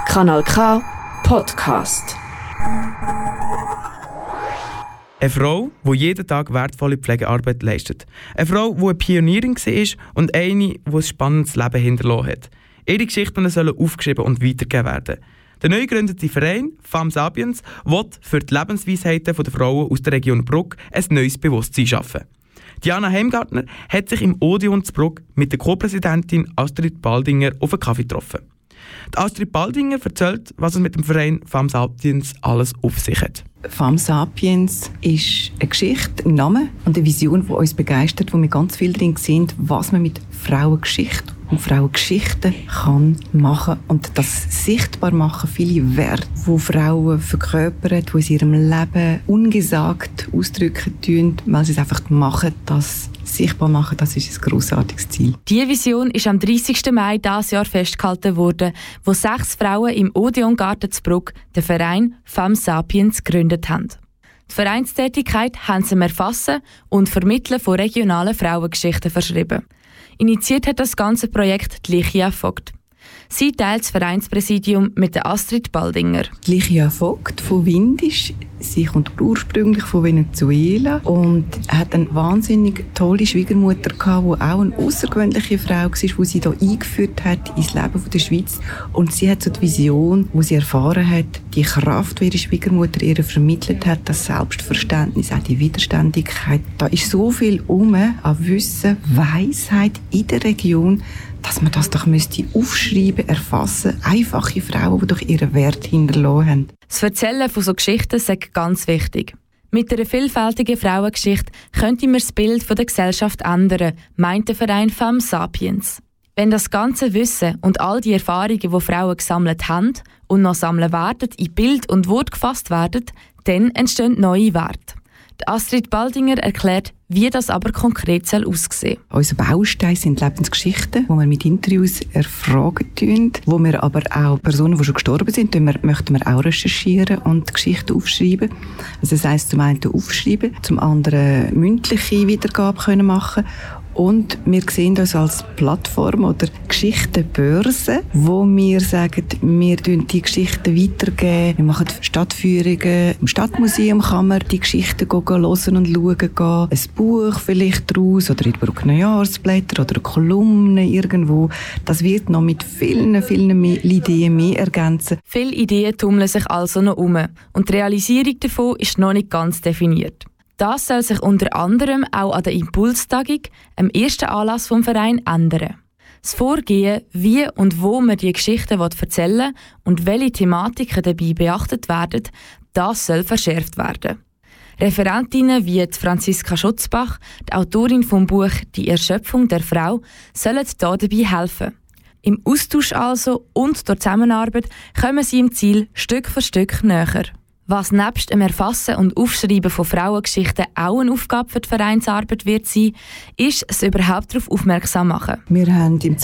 Kanal K Podcast. Eine Frau, die jeden Tag wertvolle Pflegearbeit leistet. Eine Frau, die eine Pionierin war und eine, die ein spannendes Leben hinterlassen hat. Ihre Geschichten sollen aufgeschrieben und weitergegeben werden. Der neu gegründete Verein Femmes Sapiens will für die Lebensweisheiten der Frauen aus der Region Brugg ein neues Bewusstsein schaffen. Diana Heimgartner hat sich im Odeon zu Brugg mit der Co-Präsidentin Astrid Baldinger auf einen Kaffee getroffen. Die Astrid Baldinger erzählt, was es mit dem Verein Femmes Sapiens alles auf sich hat. Femmes Sapiens ist eine Geschichte, ein Name und eine Vision, die uns begeistert, wo wir ganz viel drin sehen, was man mit Frauengeschichte und Frauengeschichten kann machen und das sichtbar machen, viele Werte, die Frauen verkörpern, die sie in ihrem Leben ungesagt ausdrücken tun, weil sie es einfach machen, das sichtbar machen, das ist ein grossartiges Ziel. Diese Vision ist am 30. Mai dieses Jahr festgehalten worden, wo 6 Frauen im Odeongarten zu Brugg den Verein Femmes Sapiens gegründet haben. Die Vereinstätigkeit haben sie im Erfassen und Vermitteln von regionalen Frauengeschichten verschrieben. Initiiert hat das ganze Projekt die Lichia Vogt. Sie teilt das Vereinspräsidium mit der Astrid Baldinger. Die Lichia Vogt von Windisch. Sie kommt ursprünglich von Venezuela und hat eine wahnsinnig tolle Schwiegermutter gehabt, die auch eine außergewöhnliche Frau war, die sie hier eingeführt hat ins Leben der Schweiz. Und sie hat so die Vision, die sie erfahren hat, die Kraft, die ihre Schwiegermutter ihr vermittelt hat, das Selbstverständnis, auch die Widerständigkeit. Da ist so viel an Wissen, Weisheit in der Region, dass man das doch aufschreiben, erfassen. Einfache Frauen, die doch ihren Wert hinterlassen haben. Das Erzählen von so Geschichten ist ganz wichtig. Mit einer vielfältigen Frauengeschichte könnte man das Bild der Gesellschaft ändern, meint der Verein Femmes Sapiens. Wenn das ganze Wissen und all die Erfahrungen, die Frauen gesammelt haben und noch sammeln werden, in Bild und Wort gefasst werden, dann entstehen neue Werte. Astrid Baldinger erklärt, wie das aber konkret aussehen soll. Unser Baustein sind Lebensgeschichten, die wir mit Interviews erfragen tun, wo wir aber auch Personen, die schon gestorben sind, möchten wir auch recherchieren und Geschichten aufschreiben. Also das heisst, zum einen aufschreiben, zum anderen mündliche Wiedergabe können machen. Und wir sehen uns als Plattform oder Geschichtenbörse, wo wir sagen, wir tun die Geschichten weitergeben. Wir machen Stadtführungen. Im Stadtmuseum kann man die Geschichten hören und schauen gehen. Ein Buch vielleicht daraus oder in den Brugner Jahresblätter oder eine Kolumne irgendwo. Das wird noch mit vielen mehr Ideen mehr ergänzen. Viele Ideen tummeln sich also noch um. Und die Realisierung davon ist noch nicht ganz definiert. Das soll sich unter anderem auch an der Impulstagung, am ersten Anlass vom Verein, ändern. Das Vorgehen, wie und wo man die Geschichten erzählen will und welche Thematiken dabei beachtet werden, das soll verschärft werden. Referentinnen wie Franziska Schutzbach, die Autorin vom Buch «Die Erschöpfung der Frau», sollen hier dabei helfen. Im Austausch also und durch Zusammenarbeit kommen sie im Ziel Stück für Stück näher. Was nebst dem Erfassen und Aufschreiben von Frauengeschichten auch eine Aufgabe für die Vereinsarbeit wird sein, ist es überhaupt darauf aufmerksam machen. Wir haben im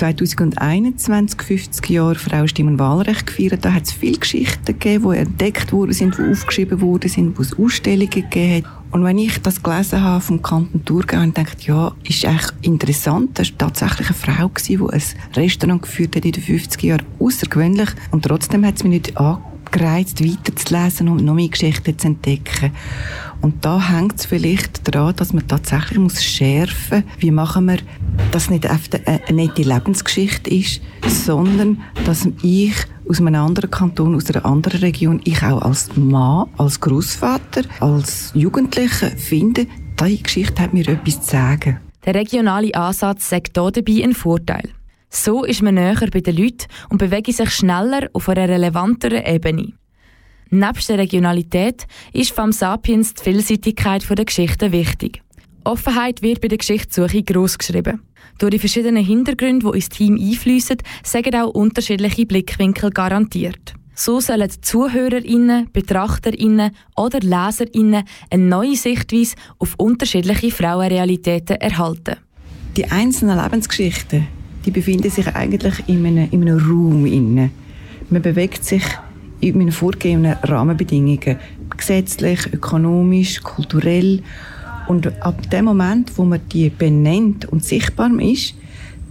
2021 50 Jahre Frauenstimmenwahlrecht gefeiert. Da hat es viele Geschichten gegeben, die entdeckt worden sind, die aufgeschrieben worden sind, wo es Ausstellungen gegeben hat. Und wenn ich das gelesen habe vom Kanton Thurgau und dachte, ja, ist echt interessant, das war tatsächlich eine Frau, die ein Restaurant geführt hat in den 50 Jahren. Außergewöhnlich. Und trotzdem hat es mich nicht gereizt, weiterzulesen und noch mehr Geschichten zu entdecken. Und da hängt es vielleicht daran, dass man tatsächlich schärfen muss, wie machen wir, dass es nicht einfach eine nette Lebensgeschichte ist, sondern dass ich aus einem anderen Kanton, aus einer anderen Region, ich auch als Mann, als Grossvater, als Jugendlicher finde, diese Geschichte hat mir etwas zu sagen. Der regionale Ansatz sagt hier dabei ein Vorteil. So ist man näher bei den Leuten und bewegt sich schneller auf einer relevanteren Ebene. Nebst der Regionalität ist Femmes Sapiens die Vielseitigkeit der Geschichten wichtig. Offenheit wird bei der Geschichtssuche gross geschrieben. Durch die verschiedenen Hintergründe, die ins Team einfliessen, sagen auch unterschiedliche Blickwinkel garantiert. So sollen ZuhörerInnen, BetrachterInnen oder LeserInnen eine neue Sichtweise auf unterschiedliche Frauenrealitäten erhalten. Die einzelnen Lebensgeschichten, die befinden sich eigentlich in einem Raum. Man bewegt sich in einem vorgegebenen Rahmenbedingungen. Gesetzlich, ökonomisch, kulturell. Und ab dem Moment, wo man die benennt und sichtbar ist,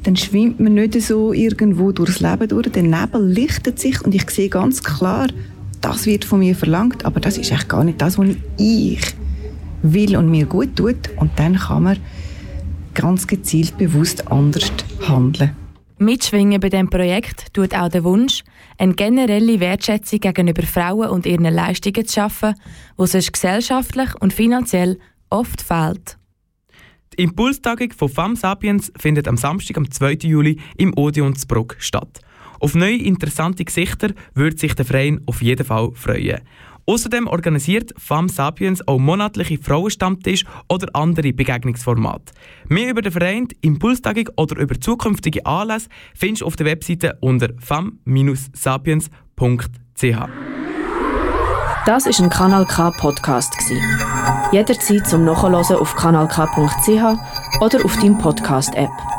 dann schwimmt man nicht so irgendwo durchs Leben durch. Der Nebel lichtet sich und ich sehe ganz klar, das wird von mir verlangt, aber das ist eigentlich gar nicht das, was ich will und mir gut tut. Und dann kann man ganz gezielt bewusst anders handeln. Mitschwingen bei diesem Projekt tut auch der Wunsch, eine generelle Wertschätzung gegenüber Frauen und ihren Leistungen zu schaffen, die sonst gesellschaftlich und finanziell oft fehlt. Die Impulstagung von Femme Sapiens findet am Samstag, am 2. Juli im Odeon in Brugg statt. Auf neue, interessante Gesichter würde sich der Verein auf jeden Fall freuen. Außerdem organisiert Femme Sapiens auch monatliche Frauenstammtisch oder andere Begegnungsformate. Mehr über den Verein, die Impulstagung oder über zukünftige Anlässe findest du auf der Webseite unter femme-sapiens.ch. Das war ein Kanal K Podcast. Jederzeit zum Nachhören auf kanalk.ch oder auf deinem Podcast-App.